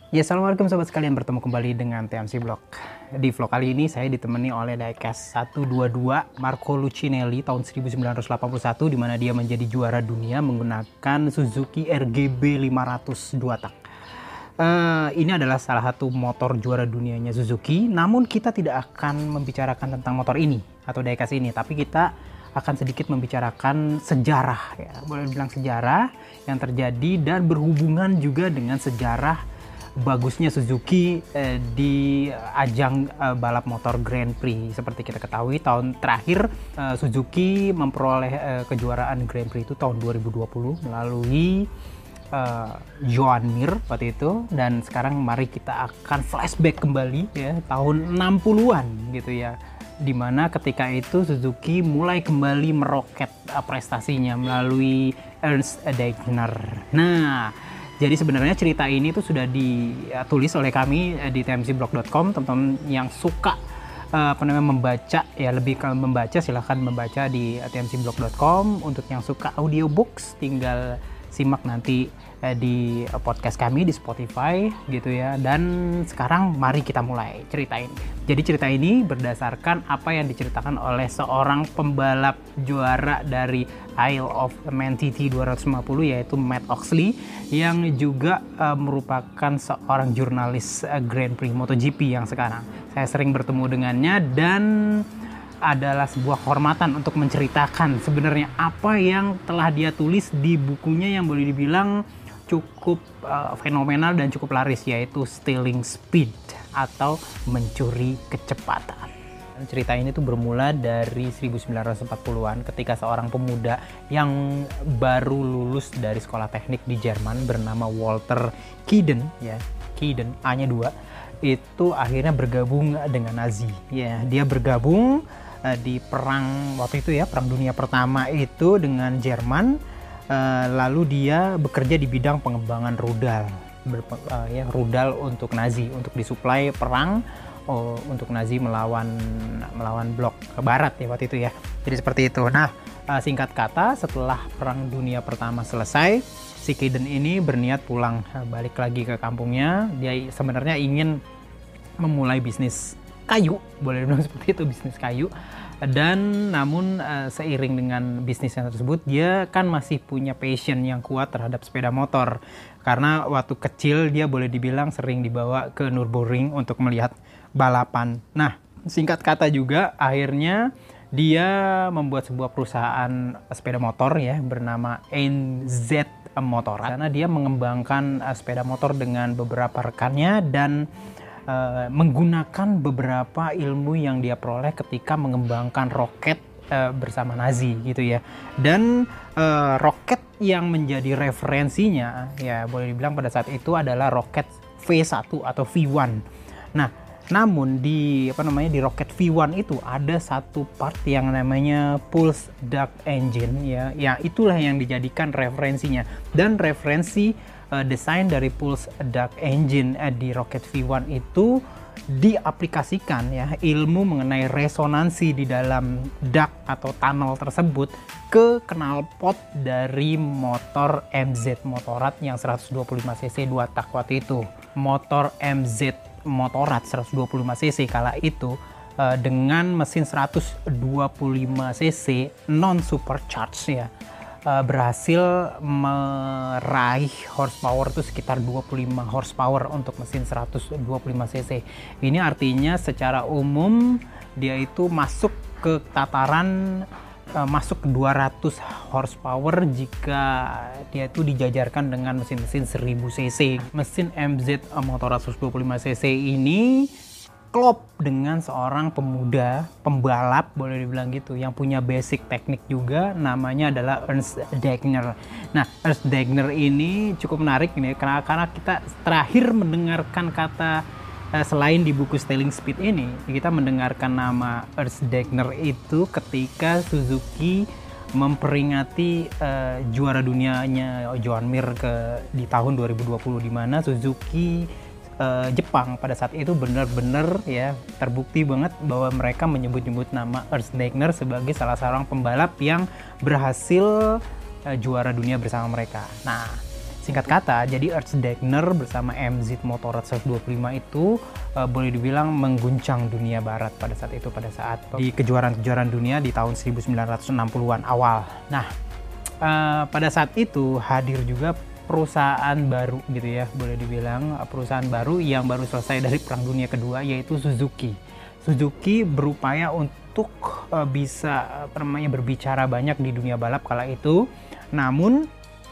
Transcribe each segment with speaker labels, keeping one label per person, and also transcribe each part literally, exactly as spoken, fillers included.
Speaker 1: Ya, assalamualaikum sobat sekalian, bertemu kembali dengan T M C Vlog. Di vlog kali ini saya ditemani oleh diecast seratus dua puluh dua Marco Lucinelli tahun seribu sembilan ratus delapan puluh satu, di mana dia menjadi juara dunia menggunakan Suzuki R G B lima ratus dua tak. Uh, ini adalah salah satu motor juara dunianya Suzuki, namun kita tidak akan membicarakan tentang motor ini atau diecast ini, tapi kita akan sedikit membicarakan sejarah, ya, boleh bilang sejarah yang terjadi dan berhubungan juga dengan sejarah bagusnya Suzuki eh, di ajang eh, balap motor Grand Prix. Seperti kita ketahui, tahun terakhir eh, Suzuki memperoleh eh, kejuaraan Grand Prix itu tahun dua ribu dua puluh melalui eh, Joan Mir waktu itu. Dan sekarang mari kita akan flashback kembali ya, tahun enam puluhan gitu ya, dimana ketika itu Suzuki mulai kembali meroket uh, prestasinya melalui Ernst Degner. Nah, jadi sebenarnya cerita ini tuh sudah ditulis oleh kami uh, di t m c blog dot com. Teman-teman yang suka uh, apa namanya membaca, ya lebih ke membaca, silahkan membaca di t m c blog dot com. Untuk yang suka audiobooks, tinggal simak nanti eh, di podcast kami di Spotify gitu ya. Dan sekarang mari kita mulai cerita ini. Jadi cerita ini berdasarkan apa yang diceritakan oleh seorang pembalap juara dari Isle of Man T T dua ratus lima puluh, yaitu Matt Oxley, yang juga eh, merupakan seorang jurnalis eh, Grand Prix MotoGP yang sekarang saya sering bertemu dengannya, dan adalah sebuah kehormatan untuk menceritakan sebenarnya apa yang telah dia tulis di bukunya yang boleh dibilang cukup uh, fenomenal dan cukup laris, yaitu Stealing Speed atau mencuri kecepatan. Cerita ini tuh bermula dari seribu sembilan ratus empat puluhan ketika seorang pemuda yang baru lulus dari sekolah teknik di Jerman bernama Walter Keiden, ya, Keiden, A-nya dua, itu akhirnya bergabung dengan Nazi. Ya, dia bergabung di perang waktu itu ya, perang dunia pertama itu dengan Jerman. Uh, lalu dia bekerja di bidang pengembangan rudal, Berpe, uh, ya, rudal untuk Nazi, untuk disuplai perang oh, untuk Nazi melawan melawan blok Barat ya waktu itu ya. Jadi seperti itu. Nah, uh, singkat kata, setelah perang dunia pertama selesai, si Keiden ini berniat pulang, uh, balik lagi ke kampungnya. Dia sebenarnya ingin memulai bisnis kayu, boleh dibilang seperti itu, bisnis kayu. Dan namun uh, seiring dengan bisnisnya tersebut, dia kan masih punya passion yang kuat terhadap sepeda motor, karena waktu kecil dia boleh dibilang sering dibawa ke Nürburgring untuk melihat balapan. Nah, singkat kata juga akhirnya dia membuat sebuah perusahaan sepeda motor ya bernama N Z Motorrad, karena dia mengembangkan uh, sepeda motor dengan beberapa rekannya dan Uh, menggunakan beberapa ilmu yang dia peroleh ketika mengembangkan roket uh, bersama Nazi gitu ya. Dan uh, roket yang menjadi referensinya ya boleh dibilang pada saat itu adalah roket V satu atau V satu. Nah, namun di apa namanya di roket V satu itu ada satu part yang namanya pulse duct engine ya. Ya, itulah yang dijadikan referensinya. Dan referensi Uh, desain dari pulse duct engine uh, di roket V satu itu diaplikasikan ya, ilmu mengenai resonansi di dalam duct atau tunnel tersebut ke knalpot dari motor M Z Motorrad yang seratus dua puluh lima cc dua tak waktu itu. Motor M Z Motorrad seratus dua puluh lima cc kala itu uh, dengan mesin seratus dua puluh lima cc non supercharged ya, berhasil meraih horsepower itu sekitar dua puluh lima horsepower untuk mesin seratus dua puluh lima cc. Ini artinya secara umum dia itu masuk ke tataran uh, masuk ke dua ratus horsepower jika dia itu dijajarkan dengan mesin-mesin seribu cc. Mesin M Z Motorrad seratus dua puluh lima cc ini klop dengan seorang pemuda pembalap boleh dibilang gitu yang punya basic teknik juga, namanya adalah Ernst Degner. Nah, Ernst Degner ini cukup menarik ini karena, karena kita terakhir mendengarkan kata uh, selain di buku Stealing Speed ini, kita mendengarkan nama Ernst Degner itu ketika Suzuki memperingati uh, juara dunianya Joan Mir ke di tahun dua ribu dua puluh, di mana Suzuki Uh, Jepang pada saat itu benar-benar ya terbukti banget bahwa mereka menyebut-nyebut nama Ernst Degner sebagai salah seorang pembalap yang berhasil uh, juara dunia bersama mereka. Nah, Singkat kata, jadi Ernst Degner bersama M Z Motorrad seratus dua puluh lima itu uh, boleh dibilang mengguncang dunia barat pada saat itu, pada saat di kejuaraan-kejuaraan dunia di tahun seribu sembilan ratus enam puluhan awal. Nah, uh, pada saat itu hadir juga perusahaan baru gitu ya, boleh dibilang perusahaan baru yang baru selesai dari Perang Dunia Kedua, yaitu Suzuki. Suzuki berupaya untuk uh, bisa apa namanya berbicara banyak di dunia balap kala itu. Namun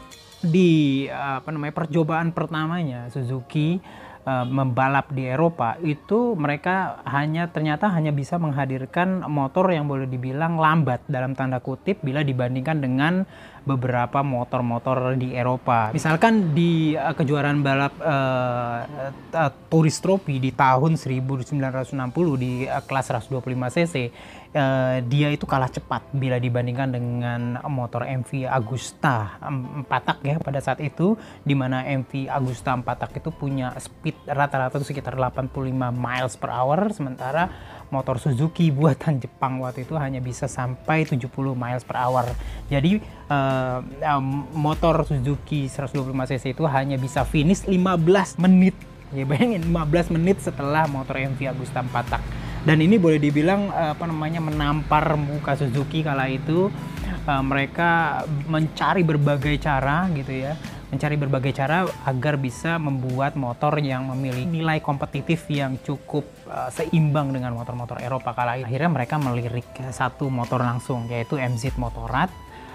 Speaker 1: di apa namanya percobaan pertamanya Suzuki uh, membalap di Eropa itu mereka hanya ternyata hanya bisa menghadirkan motor yang boleh dibilang lambat dalam tanda kutip bila dibandingkan dengan beberapa motor-motor di Eropa. Misalkan di uh, kejuaraan balap uh, uh, Tourist Trophy di tahun seribu sembilan ratus enam puluh di uh, kelas seratus dua puluh lima cc, uh, dia itu kalah cepat bila dibandingkan dengan motor M V Agusta empat tak ya pada saat itu, di mana M V Agusta empat tak itu punya speed rata-rata sekitar delapan puluh lima miles per hour, sementara motor Suzuki buatan Jepang waktu itu hanya bisa sampai tujuh puluh miles per hour. Jadi uh, um, motor Suzuki seratus dua puluh lima cc itu hanya bisa finish lima belas menit. Ya bayangin, lima belas menit setelah motor M V Agusta empat tak. Dan ini boleh dibilang uh, apa namanya menampar muka Suzuki kala itu. Uh, mereka mencari berbagai cara gitu ya. mencari berbagai cara agar bisa membuat motor yang memiliki nilai kompetitif yang cukup uh, seimbang dengan motor-motor Eropa kala itu. Akhirnya mereka melirik satu motor langsung, yaitu M Z Motorrad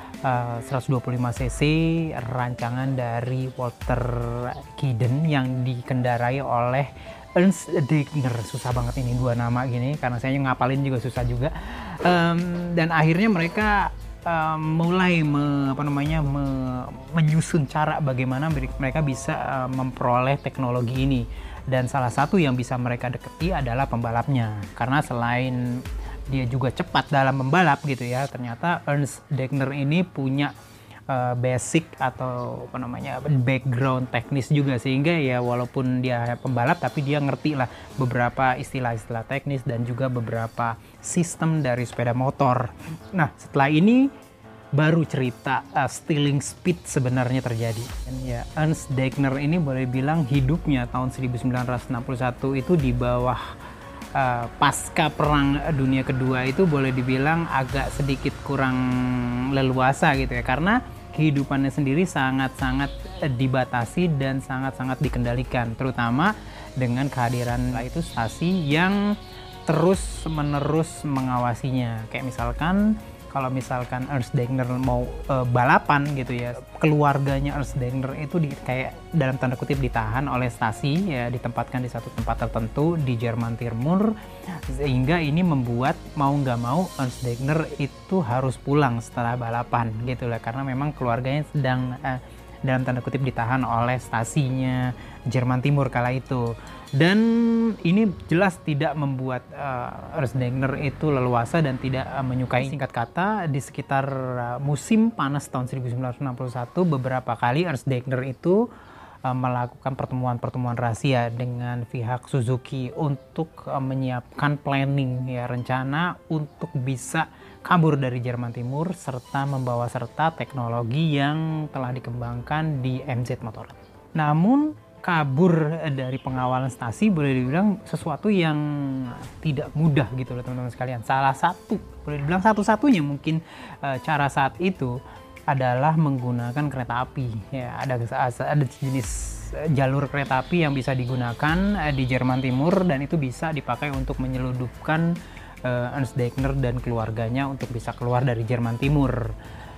Speaker 1: uh, seratus dua puluh lima cc, rancangan dari Walter Kiden yang dikendarai oleh Ernst Degner. Susah banget ini dua nama gini, karena saya ngapalin juga susah juga. Um, dan akhirnya mereka Uh, mulai me, apa namanya me, menyusun cara bagaimana mereka bisa uh, memperoleh teknologi ini, dan salah satu yang bisa mereka deketi adalah pembalapnya, karena selain dia juga cepat dalam membalap gitu ya, ternyata Ernst Degner ini punya uh, basic atau apa namanya background teknis juga, sehingga ya walaupun dia pembalap tapi dia ngerti lah beberapa istilah-istilah teknis dan juga beberapa sistem dari sepeda motor. Nah, setelah ini baru cerita uh, stealing speed sebenarnya terjadi. Dan ya, Ernst Degner ini boleh bilang hidupnya tahun seribu sembilan ratus enam puluh satu itu di bawah uh, pasca Perang Dunia Kedua itu boleh dibilang agak sedikit kurang leluasa gitu ya, karena kehidupannya sendiri sangat-sangat dibatasi dan sangat-sangat dikendalikan, terutama dengan kehadiran itu stasi yang terus-menerus mengawasinya. Kayak misalkan kalau misalkan Ernst Degner mau e, balapan gitu ya, keluarganya Ernst Degner itu di, kayak dalam tanda kutip ditahan oleh stasi ya, ditempatkan di satu tempat tertentu di Jerman Timur, sehingga ini membuat mau nggak mau Ernst Degner itu harus pulang setelah balapan gitu lah, karena memang keluarganya sedang e, dalam tanda kutip ditahan oleh stasinya Jerman Timur kala itu. Dan ini jelas tidak membuat uh, Ernst Degner itu leluasa dan tidak uh, menyukai. Singkat kata, di sekitar uh, musim panas tahun seribu sembilan ratus enam puluh satu beberapa kali Ernst Degner itu uh, melakukan pertemuan-pertemuan rahasia dengan pihak Suzuki untuk uh, menyiapkan planning ya, rencana untuk bisa kabur dari Jerman Timur serta membawa serta teknologi yang telah dikembangkan di M Z Motorrad. Namun kabur dari pengawalan stasi boleh dibilang sesuatu yang tidak mudah gitu loh teman-teman sekalian. Salah satu, boleh dibilang satu-satunya mungkin e, cara saat itu adalah menggunakan kereta api. Ya, ada ada jenis jalur kereta api yang bisa digunakan e, di Jerman Timur, dan itu bisa dipakai untuk menyeludupkan e, Ernst Degner dan keluarganya untuk bisa keluar dari Jerman Timur.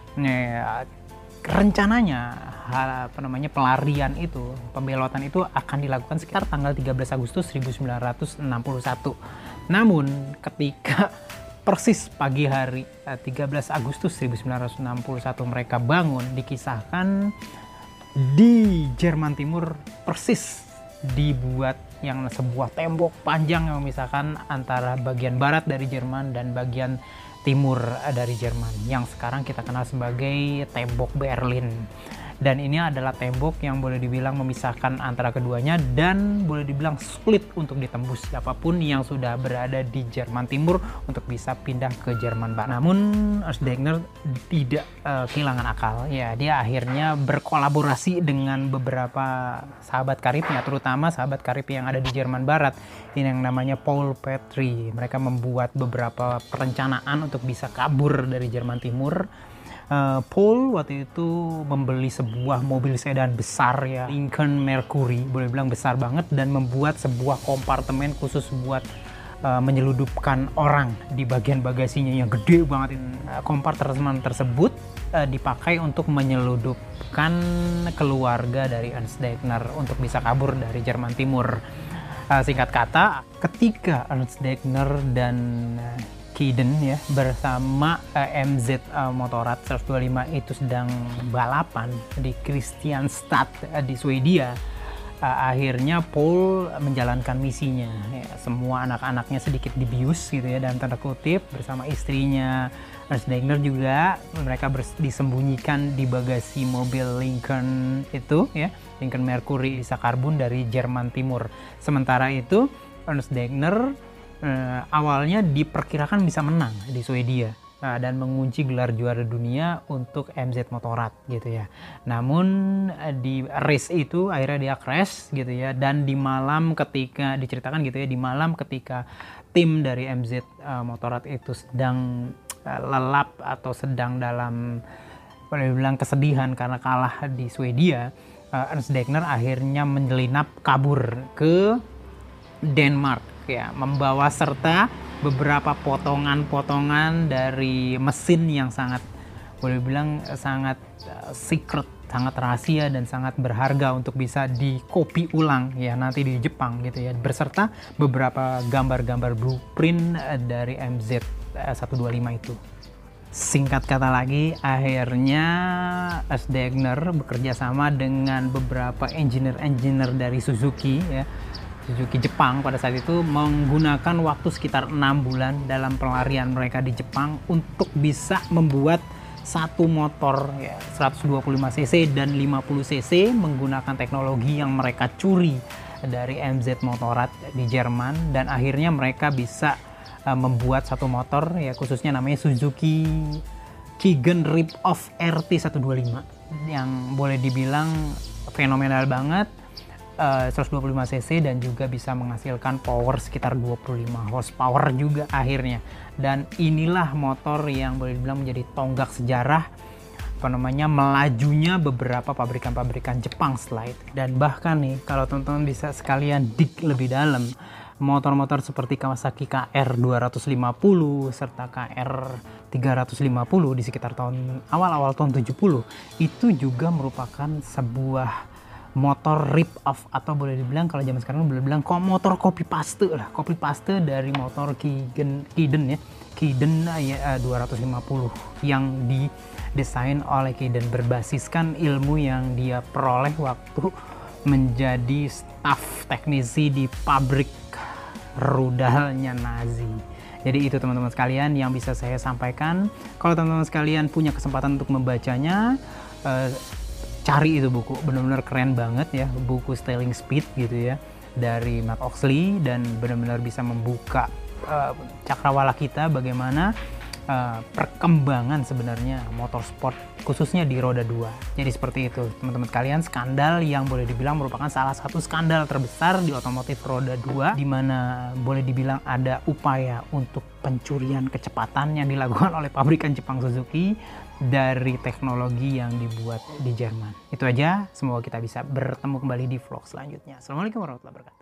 Speaker 1: Nah, rencananya hal apa namanya pelarian itu, pembelotan itu akan dilakukan sekitar tanggal tiga belas Agustus seribu sembilan ratus enam puluh satu. Namun ketika persis pagi hari tiga belas Agustus seribu sembilan ratus enam puluh satu mereka bangun, dikisahkan di Jerman Timur persis dibuat yang sebuah tembok panjang yang memisahkan antara bagian barat dari Jerman dan bagian timur dari Jerman, yang sekarang kita kenal sebagai tembok Berlin. Dan ini adalah tembok yang boleh dibilang memisahkan antara keduanya dan boleh dibilang sulit untuk ditembus siapapun yang sudah berada di Jerman Timur untuk bisa pindah ke Jerman Barat. Namun Ernst Degner tidak uh, kehilangan akal. Ya, dia akhirnya berkolaborasi dengan beberapa sahabat karibnya, terutama sahabat karib yang ada di Jerman Barat. Ini yang namanya Paul Petry. Mereka membuat beberapa perencanaan untuk bisa kabur dari Jerman Timur. Uh, Paul waktu itu membeli sebuah mobil sedan besar ya, Lincoln Mercury, boleh bilang besar banget, dan membuat sebuah kompartemen khusus buat uh, menyeludupkan orang di bagian bagasinya yang gede banget. Uh, kompartemen tersebut uh, dipakai untuk menyeludupkan keluarga dari Ernst Degner untuk bisa kabur dari Jerman Timur. Uh, singkat kata, ketika Ernst Degner dan uh, Kiden ya bersama uh, M Z uh, Motorrad seratus dua puluh lima itu sedang balapan di Kristianstad uh, di Swedia. Uh, akhirnya Paul menjalankan misinya. Ya, semua anak-anaknya sedikit dibius gitu ya dalam tanda kutip, bersama istrinya Ernst Degner juga. Mereka disembunyikan di bagasi mobil Lincoln itu ya, Lincoln Mercury sisa karbon dari Jerman Timur. Sementara itu Ernst Degner Uh, awalnya diperkirakan bisa menang di Swedia uh, dan mengunci gelar juara dunia untuk M Z Motorrad gitu ya. Namun uh, di race itu akhirnya dia crash gitu ya, dan di malam ketika diceritakan gitu ya, di malam ketika tim dari M Z uh, Motorrad itu sedang uh, lelap atau sedang dalam boleh bilang kesedihan karena kalah di Swedia, uh, Ernst Degner akhirnya menyelinap kabur ke Denmark ya, membawa serta beberapa potongan-potongan dari mesin yang sangat boleh bilang sangat uh, secret, sangat rahasia dan sangat berharga untuk bisa dikopi ulang ya nanti di Jepang gitu ya, beserta beberapa gambar-gambar blueprint uh, dari M Z uh, seratus dua puluh lima itu. Singkat kata lagi, akhirnya Ernst Degner bekerja sama dengan beberapa engineer-engineer dari Suzuki ya, Suzuki Jepang pada saat itu, menggunakan waktu sekitar enam bulan dalam pelarian mereka di Jepang untuk bisa membuat satu motor ya, seratus dua puluh lima cc dan lima puluh cc menggunakan teknologi yang mereka curi dari M Z Motorrad di Jerman, dan akhirnya mereka bisa uh, membuat satu motor ya, khususnya namanya Suzuki Kigen Rip-Off R T seratus dua puluh lima yang boleh dibilang fenomenal banget. Uh, seratus dua puluh lima cc dan juga bisa menghasilkan power sekitar dua puluh lima horsepower juga akhirnya. Dan inilah motor yang boleh dibilang menjadi tonggak sejarah apa namanya melajunya beberapa pabrikan-pabrikan Jepang setelah itu. Dan bahkan nih kalau teman-teman bisa sekalian dig lebih dalam, motor-motor seperti Kawasaki K R dua ratus lima puluh serta K R tiga ratus lima puluh di sekitar tahun awal-awal tahun tujuh puluh itu juga merupakan sebuah motor rip off, atau boleh dibilang kalau zaman sekarang boleh bilang kok motor copy paste lah, copy paste dari motor Kigen, Kiden ya, Kiden ya, dua ratus lima puluh yang didesain oleh Kiden berbasiskan ilmu yang dia peroleh waktu menjadi staf teknisi di pabrik rudalnya Nazi. Jadi itu teman-teman sekalian yang bisa saya sampaikan. Kalau teman-teman sekalian punya kesempatan untuk membacanya, eh, cari itu buku, benar-benar keren banget ya, buku Styling Speed gitu ya dari Matt Oxley, dan benar-benar bisa membuka uh, cakrawala kita bagaimana uh, perkembangan sebenarnya motorsport khususnya di roda dua. Jadi seperti itu teman-teman sekalian, skandal yang boleh dibilang merupakan salah satu skandal terbesar di otomotif roda dua, di mana boleh dibilang ada upaya untuk pencurian kecepatan yang dilakukan oleh pabrikan Jepang Suzuki dari teknologi yang dibuat di Jerman. Itu aja, semoga kita bisa bertemu kembali di vlog selanjutnya. Assalamualaikum warahmatullahi wabarakatuh.